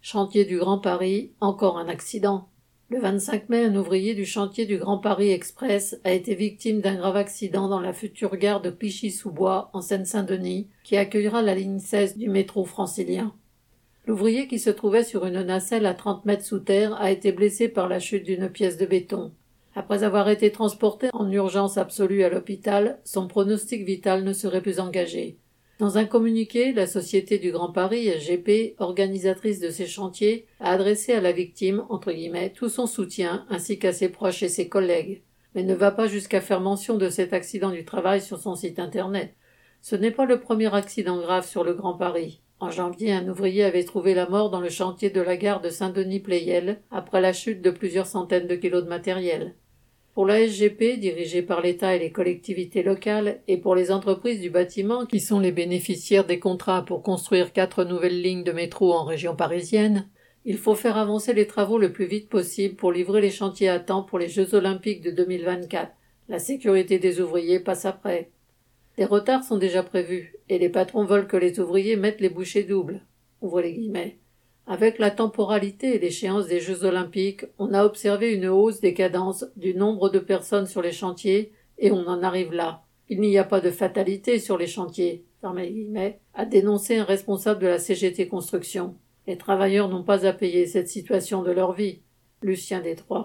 Chantier du Grand Paris, encore un accident. Le 25 mai, un ouvrier du chantier du Grand Paris Express a été victime d'un grave accident dans la future gare de Clichy-sous-Bois, en Seine-Saint-Denis, qui accueillera la ligne 16 du métro francilien. L'ouvrier, qui se trouvait sur une nacelle à 30 mètres sous terre, a été blessé par la chute d'une pièce de béton. Après avoir été transporté en urgence absolue à l'hôpital, son pronostic vital ne serait plus engagé. Dans un communiqué, la Société du Grand Paris, SGP, organisatrice de ces chantiers, a adressé à la victime, entre guillemets, tout son soutien, ainsi qu'à ses proches et ses collègues, mais ne va pas jusqu'à faire mention de cet accident du travail sur son site internet. Ce n'est pas le premier accident grave sur le Grand Paris. En janvier, un ouvrier avait trouvé la mort dans le chantier de la gare de Saint-Denis-Pleyel, après la chute de plusieurs centaines de kilos de matériel. Pour la SGP, dirigée par l'État et les collectivités locales, et pour les entreprises du bâtiment qui sont les bénéficiaires des contrats pour construire 4 nouvelles lignes de métro en région parisienne, il faut faire avancer les travaux le plus vite possible pour livrer les chantiers à temps pour les Jeux Olympiques de 2024. La sécurité des ouvriers passe après. Des retards sont déjà prévus, et les patrons veulent que les ouvriers mettent les bouchées doubles. Ouvrez les guillemets. Avec la temporalité et l'échéance des Jeux Olympiques, on a observé une hausse des cadences du nombre de personnes sur les chantiers, et on en arrive là. Il n'y a pas de fatalité sur les chantiers, fermez les guillemets, a dénoncé un responsable de la CGT Construction. Les travailleurs n'ont pas à payer cette situation de leur vie. Lucien Détroit.